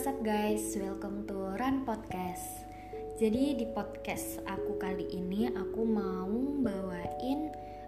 what's up guys, welcome to Run Podcast. Jadi di podcast aku kali ini aku mau bawain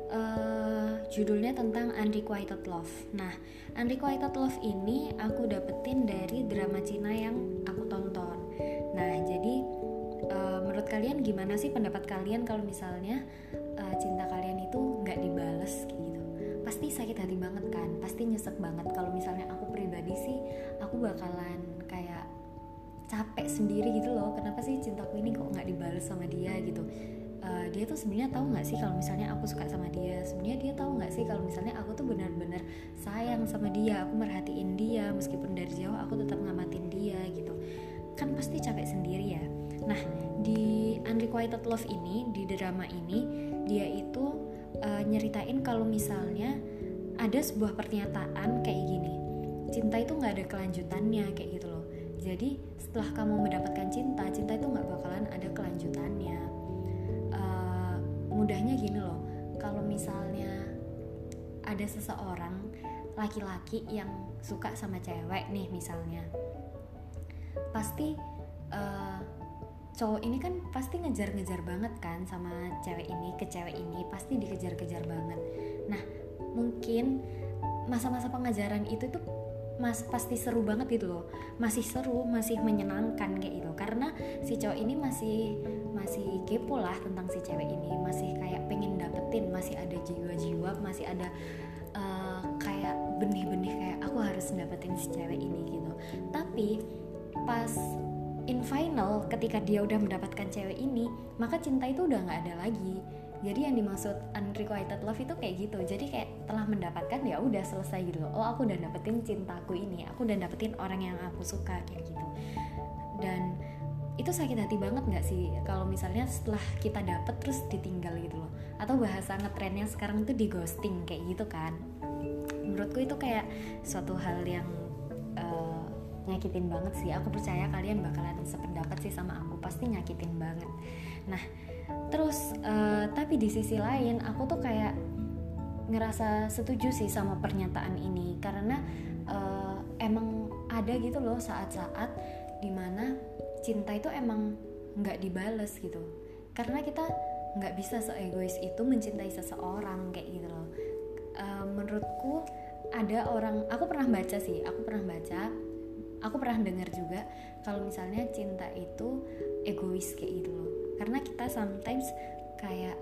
judulnya tentang Unrequited Love. Nah, Unrequited Love ini aku dapetin dari drama Cina yang aku tonton. Nah, jadi menurut kalian gimana sih pendapat kalian kalau misalnya cinta kalian itu nggak dibales kayak gitu? Pasti sakit hati banget kan, pasti nyesek banget. Kalau misalnya aku pribadi sih, aku bakalan kayak capek sendiri gitu loh. Kenapa sih cintaku ini kok nggak dibales sama dia gitu? Dia tuh sebenarnya tahu nggak sih kalau misalnya aku suka sama dia? Sebenarnya dia tahu nggak sih kalau misalnya aku tuh benar-benar sayang sama dia, aku merhatiin dia, meskipun dari jauh aku tetap ngamatin dia gitu. Kan pasti capek sendiri ya. Nah, di Unrequited Love ini, di drama ini, dia itu nyeritain kalau misalnya ada sebuah pernyataan kayak gini, cinta itu nggak ada kelanjutannya kayak gitu loh. Jadi setelah kamu mendapatkan cinta itu nggak bakalan ada kelanjutannya. Mudahnya gini loh, kalau misalnya ada seseorang laki-laki yang suka sama cewek nih misalnya, pasti cowok ini kan pasti ngejar-ngejar banget kan sama cewek ini, ke cewek ini pasti dikejar-kejar banget. Nah, mungkin masa-masa pengajaran itu tuh pasti seru banget gitu loh, masih seru, masih menyenangkan kayak gitu, karena si cowok ini masih kepo lah tentang si cewek ini, masih kayak pengen dapetin, masih ada jiwa-jiwa, masih ada kayak benih-benih kayak aku harus dapetin si cewek ini gitu. Tapi pas in final, ketika dia udah mendapatkan cewek ini, maka cinta itu udah gak ada lagi. Jadi yang dimaksud unrequited love itu kayak gitu. Jadi kayak telah mendapatkan, ya udah selesai gitu. Oh, aku udah dapetin cintaku ini, aku udah dapetin orang yang aku suka kayak gitu. Dan itu sakit hati banget gak sih kalau misalnya setelah kita dapet terus ditinggal gitu loh. Atau bahasa ngetrennya sekarang itu di ghosting kayak gitu kan. Menurutku itu kayak suatu hal yang nyakitin banget sih. Aku percaya kalian bakalan sependapat sih sama aku, pasti nyakitin banget. Nah, terus tapi di sisi lain aku tuh kayak ngerasa setuju sih sama pernyataan ini, karena emang ada gitu loh saat-saat dimana cinta itu emang nggak dibales gitu, karena kita nggak bisa se-egois itu mencintai seseorang kayak gitu loh. Menurutku ada orang, aku pernah dengar juga kalau misalnya cinta itu egois kayak gitu loh, karena kita sometimes kayak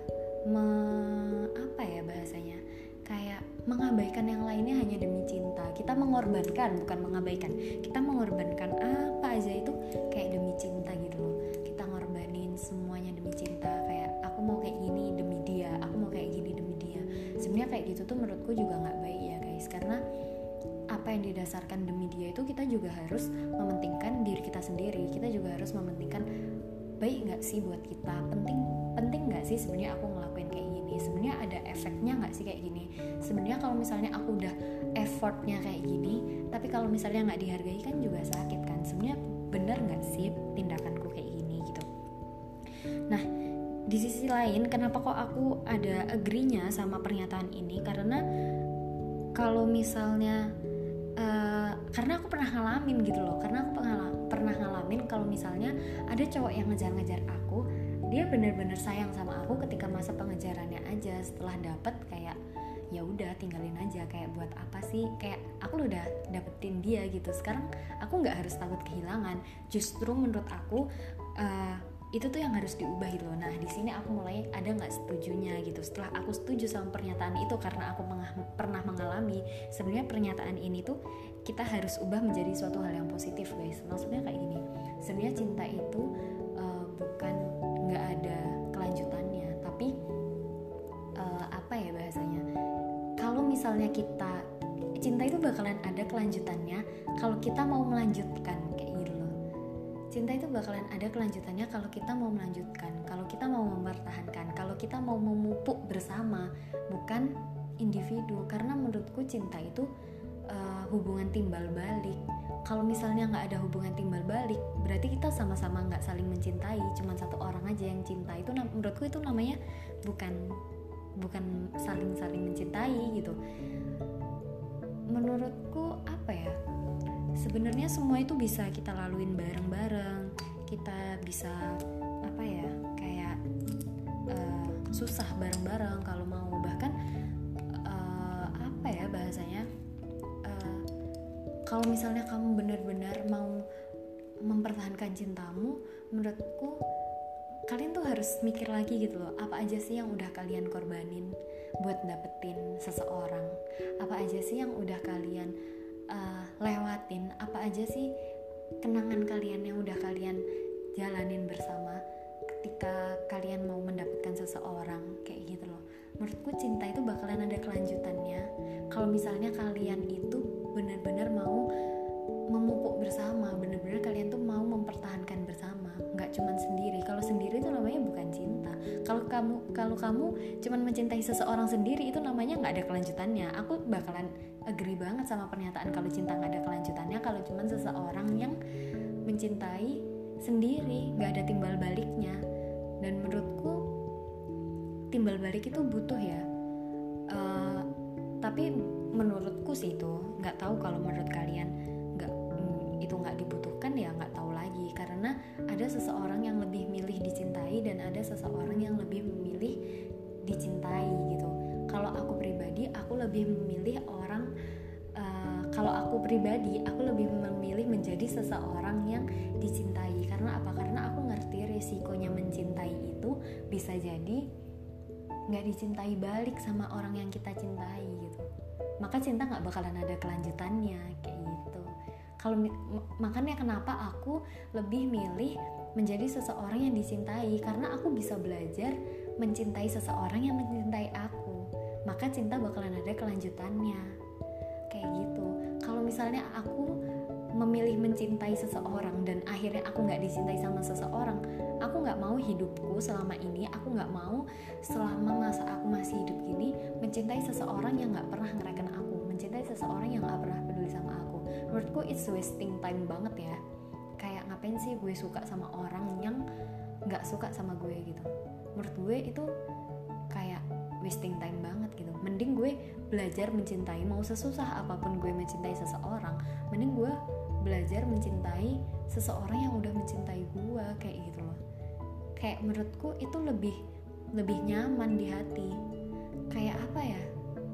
kayak mengabaikan yang lainnya hanya demi cinta. Kita mengorbankan, bukan mengabaikan, kita mengorbankan apa aja itu kayak demi cinta gitu loh. Kita ngorbanin semuanya demi cinta, kayak aku mau kayak gini demi dia, aku mau kayak gini demi dia. Sebenarnya kayak gitu tuh menurutku juga nggak baik ya guys, karena apa yang didasarkan demi dia itu kita juga harus mementingkan diri kita sendiri. Kita juga harus mementingkan baik nggak sih buat kita, penting nggak sih sebenarnya aku ngelakuin kayak gini, sebenarnya ada efeknya nggak sih kayak gini. Sebenarnya kalau misalnya aku udah effortnya kayak gini, tapi kalau misalnya nggak dihargai kan juga sakit kan. Sebenarnya bener nggak sih tindakanku kayak gini gitu. Nah, di sisi lain kenapa kok aku ada agree-nya sama pernyataan ini, karena kalau misalnya karena aku pernah ngalamin gitu loh, karena aku pernah ngalamin kalau misalnya ada cowok yang ngejar-ngejar aku, dia benar-benar sayang sama aku ketika masa pengejarannya aja. Setelah dapet kayak ya udah tinggalin aja, kayak buat apa sih, kayak aku udah dapetin dia gitu, sekarang aku nggak harus takut kehilangan. Justru menurut aku itu tuh yang harus diubah gitu loh. Nah, di sini aku mulai ada nggak setujunya gitu. Setelah aku setuju sama pernyataan itu, karena aku pernah mengalami, sebenarnya pernyataan ini tuh kita harus ubah menjadi suatu hal yang positif guys. Maksudnya kayak gini, sebenarnya cinta itu bukan nggak ada kelanjutannya, tapi kalau misalnya cinta itu bakalan ada kelanjutannya kalau kita mau melanjutkan kayak gitu loh. Cinta itu bakalan ada kelanjutannya kalau kita mau melanjutkan, kalau kita mau mempertahankan, kalau kita mau memupuk bersama, bukan individu. Karena menurutku cinta itu hubungan timbal balik. Kalau misalnya nggak ada hubungan timbal balik, berarti kita sama-sama nggak saling mencintai, cuma satu orang aja yang cinta. Itu menurutku itu namanya bukan saling mencintai gitu. Menurutku sebenarnya semua itu bisa kita laluin bareng-bareng. Kita bisa apa ya, kayak susah bareng-bareng kalau mau. Bahkan apa ya bahasanya, kalau misalnya kamu benar-benar mau mempertahankan cintamu, menurutku kalian tuh harus mikir lagi gitu loh, apa aja sih yang udah kalian korbanin buat dapetin seseorang, apa aja sih yang udah kalian lewatin, apa aja sih kenangan kalian yang udah kalian jalanin bersama ketika kalian mau mendapatkan seseorang, kayak gitu loh. Menurutku cinta itu bakalan ada kelanjutannya kalau misalnya kalian itu benar-benar mau memupuk bersama, benar-benar kalian tuh mau mempertahankan bersama, nggak cuman sendiri. Kalau sendiri itu namanya bukan cinta. Kalau kamu cuman mencintai seseorang sendiri, itu namanya nggak ada kelanjutannya. Aku bakalan agree banget sama pernyataan kalau cinta nggak ada kelanjutannya kalau cuman seseorang yang mencintai sendiri, nggak ada timbal baliknya. Dan menurutku timbal balik itu butuh ya. Tapi menurutku sih itu, nggak tahu kalau menurut kalian itu nggak dibutuhkan, ya nggak tahu lagi. Karena ada seseorang yang lebih milih dicintai dan ada seseorang yang lebih memilih dicintai gitu. Kalau aku pribadi, aku lebih memilih aku lebih memilih menjadi seseorang yang dicintai. Karena apa? Karena aku ngerti resikonya mencintai itu bisa jadi nggak dicintai balik sama orang yang kita cintai gitu. Maka cinta nggak bakalan ada kelanjutannya kayak gitu. Makanya kenapa aku lebih milih menjadi seseorang yang dicintai, karena aku bisa belajar mencintai seseorang yang mencintai aku. Maka cinta bakalan ada kelanjutannya kayak gitu. Kalau misalnya aku memilih mencintai seseorang dan akhirnya aku nggak dicintai sama seseorang, aku nggak mau hidupku selama ini, aku nggak mau selama masa aku masih hidup gini mencintai seseorang yang nggak pernah ngereken aku, mencintai seseorang yang nggak pernah peduli sama aku. Menurutku it's wasting time banget ya. Kayak ngapain sih gue suka sama orang yang nggak suka sama gue gitu. Menurut gue itu kayak wasting time banget gitu. Mending gue belajar mencintai, mau sesusah apapun gue mencintai seseorang, mending gue belajar mencintai seseorang yang udah mencintai gue, kayak gitu loh. Kayak menurutku itu lebih nyaman di hati. Kayak apa ya,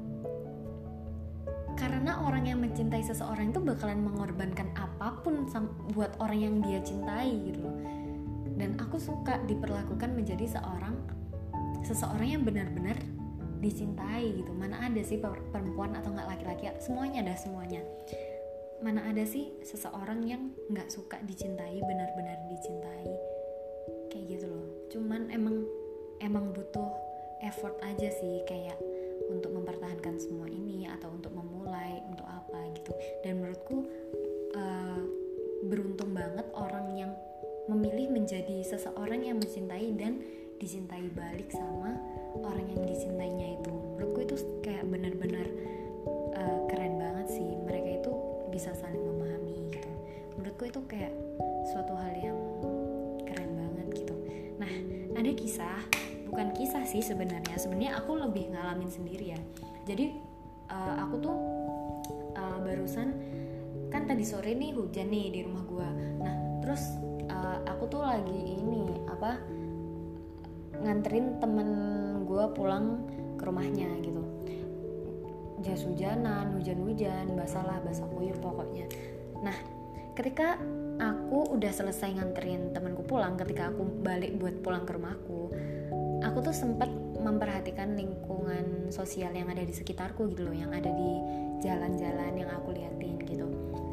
karena orang yang mencintai seseorang itu bakalan mengorbankan apapun buat orang yang dia cintai gitu loh. Dan aku suka diperlakukan menjadi seseorang yang benar-benar dicintai gitu. Mana ada sih perempuan atau nggak laki-laki, semuanya. Mana ada sih seseorang yang nggak suka dicintai, benar-benar dicintai kayak gitu loh. Cuman emang butuh effort aja sih, kayak untuk mempertahankan semua ini atau untuk memulai untuk apa gitu. Dan menurutku beruntung banget orang yang memilih menjadi seseorang yang mencintai dan dicintai balik sama orang yang dicintainya itu. Menurutku itu kayak benar-benar keren banget sih. Mereka itu bisa saling memahami gitu. Menurutku itu kayak suatu hal yang keren banget gitu. Nah, ada bukan kisah sih sebenarnya aku lebih ngalamin sendiri ya. Jadi aku tuh barusan kan tadi sore nih hujan nih di rumah gua. Nah terus aku tuh lagi nganterin temen gua pulang ke rumahnya gitu. Jas hujanan, hujan-hujan, basah kuyup pokoknya. Nah ketika aku udah selesai nganterin temenku pulang, ketika aku balik buat pulang ke rumahku, aku tuh sempat memperhatikan lingkungan sosial yang ada di sekitarku gitu loh, yang ada di jalan-jalan yang aku liatin gitu.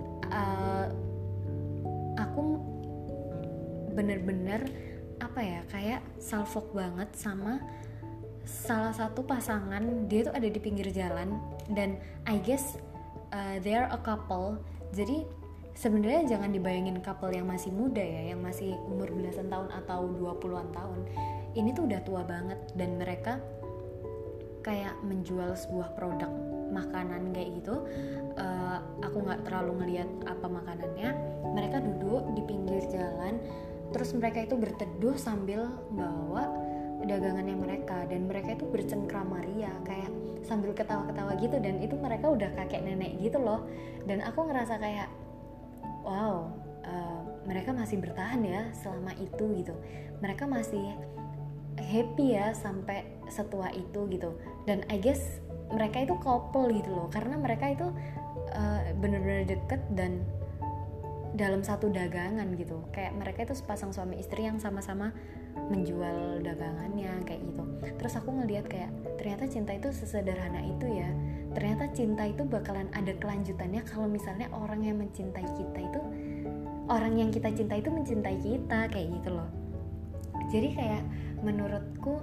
Aku bener-bener kayak salfok banget sama salah satu pasangan. Dia tuh ada di pinggir jalan dan I guess they are a couple. Jadi sebenarnya jangan dibayangin couple yang masih muda ya, yang masih umur belasan tahun atau 20-an tahun. Ini tuh udah tua banget dan mereka kayak menjual sebuah produk makanan kayak gitu. Aku nggak terlalu ngelihat apa makanannya. Mereka duduk di pinggir jalan, terus mereka itu berteduh sambil bawa dagangannya mereka, dan mereka itu bercengkrama ria kayak sambil ketawa-ketawa gitu. Dan itu mereka udah kakek nenek gitu loh. Dan aku ngerasa kayak wow, mereka masih bertahan ya selama itu gitu, mereka masih happy ya sampai setua itu gitu. Dan I guess mereka itu couple gitu loh, karena mereka itu benar-benar deket dan dalam satu dagangan gitu. Kayak mereka itu sepasang suami istri yang sama-sama menjual dagangannya kayak gitu. Terus aku ngelihat kayak ternyata cinta itu sesederhana itu ya. Ternyata cinta itu bakalan ada kelanjutannya kalau misalnya orang yang mencintai kita itu, orang yang kita cinta itu mencintai kita kayak gitu loh. Jadi kayak menurutku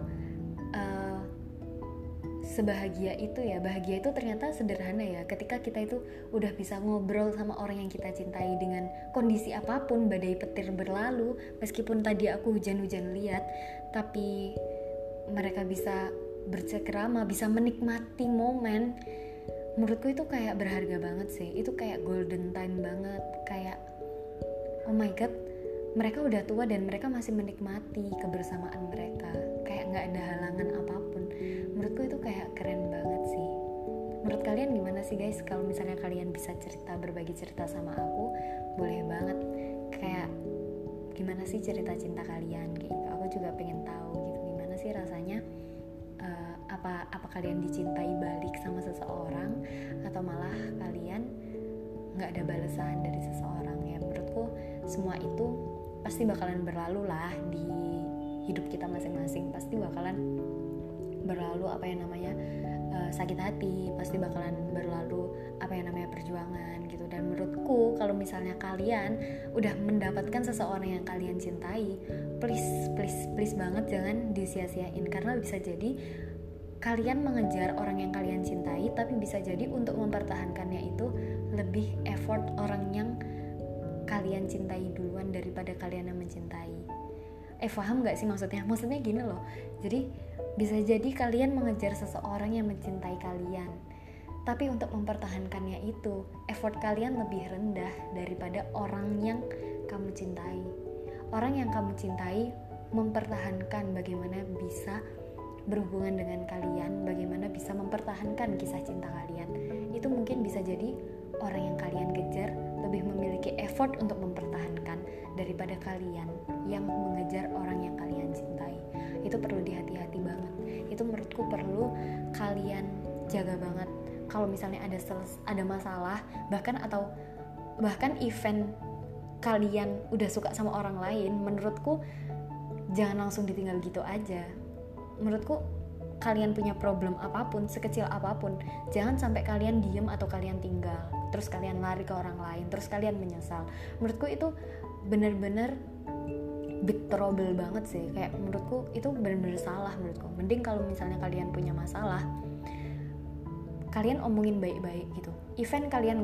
sebahagia itu ya, bahagia itu ternyata sederhana ya, ketika kita itu udah bisa ngobrol sama orang yang kita cintai dengan kondisi apapun, badai petir berlalu, meskipun tadi aku hujan-hujan lihat, tapi mereka bisa bercengkrama, bisa menikmati momen. Menurutku itu kayak berharga banget sih, itu kayak golden time banget, kayak oh my god, mereka udah tua dan mereka masih menikmati kebersamaan mereka, kayak nggak ada halangan apapun. Menurutku itu kayak keren banget sih. Menurut kalian gimana sih guys? Kalau misalnya kalian bisa cerita, berbagi cerita sama aku, boleh banget. Kayak gimana sih cerita cinta kalian gitu. Aku juga pengen tahu gitu, gimana sih rasanya. Apa kalian dicintai balik sama seseorang, atau malah kalian nggak ada balasan dari seseorang ya. Menurutku semua itu pasti bakalan berlalu lah di hidup kita masing-masing, pasti bakalan berlalu apa yang namanya sakit hati, pasti bakalan berlalu apa yang namanya perjuangan gitu. Dan menurutku kalau misalnya kalian udah mendapatkan seseorang yang kalian cintai, please banget jangan disia-siain, karena bisa jadi kalian mengejar orang yang kalian cintai, tapi bisa jadi untuk mempertahankannya itu lebih effort orang yang kalian cintai duluan daripada kalian yang mencintai. Paham gak sih maksudnya? Maksudnya gini loh, jadi bisa jadi kalian mengejar seseorang yang mencintai kalian, tapi untuk mempertahankannya itu effort kalian lebih rendah daripada orang yang kamu cintai. Orang yang kamu cintai mempertahankan bagaimana bisa berhubungan dengan kalian, bagaimana bisa mempertahankan kisah cinta kalian. Itu mungkin bisa jadi orang yang kalian kejar lebih memiliki effort untuk mempertahankan daripada kalian yang mengejar orang yang kalian cintai. Itu perlu dihati-hati banget. Itu menurutku perlu kalian jaga banget. Kalau misalnya ada masalah, bahkan event kalian udah suka sama orang lain, menurutku jangan langsung ditinggal gitu aja. Menurutku kalian punya problem apapun, sekecil apapun, jangan sampai kalian diem atau kalian tinggal, terus kalian lari ke orang lain, terus kalian menyesal. Menurutku itu benar-benar big trouble banget sih. Kayak menurutku itu benar-benar salah menurutku. Mending kalau misalnya kalian punya masalah, kalian omongin baik-baik gitu. Even kalian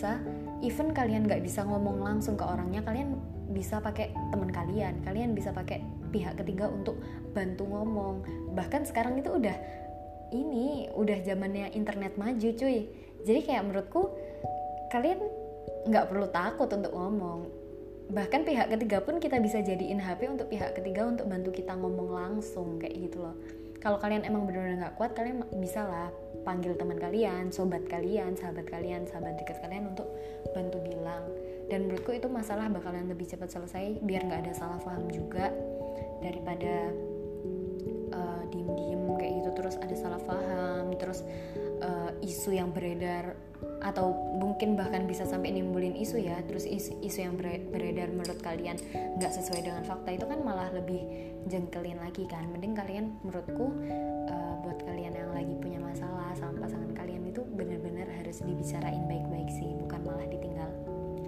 nggak bisa ngomong langsung ke orangnya, kalian bisa pakai teman kalian bisa pakai pihak ketiga untuk bantu ngomong. Bahkan sekarang itu udah zamannya internet maju cuy. Jadi kayak menurutku kalian nggak perlu takut untuk ngomong. Bahkan pihak ketiga pun kita bisa jadiin HP untuk pihak ketiga untuk bantu kita ngomong langsung kayak gitu loh. Kalau kalian emang benar-benar nggak kuat, kalian bisa lah panggil teman kalian, sobat kalian, sahabat dekat kalian untuk bantu bilang. Dan menurutku itu masalah bakalan lebih cepat selesai, biar nggak ada salah paham juga daripada diem-diem kayak gitu terus ada salah paham, terus isu yang beredar, atau mungkin bahkan bisa sampai nimbulin isu ya, terus isu yang beredar menurut kalian nggak sesuai dengan fakta, itu kan malah lebih jengkelin lagi kan. Mending kalian, menurutku buat kalian yang lagi punya masalah sama pasangan kalian itu benar-benar harus dibicarain baik-baik sih, bukan malah ditinggal.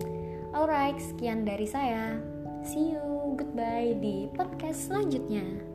Alright, sekian dari saya. See you, goodbye di podcast selanjutnya.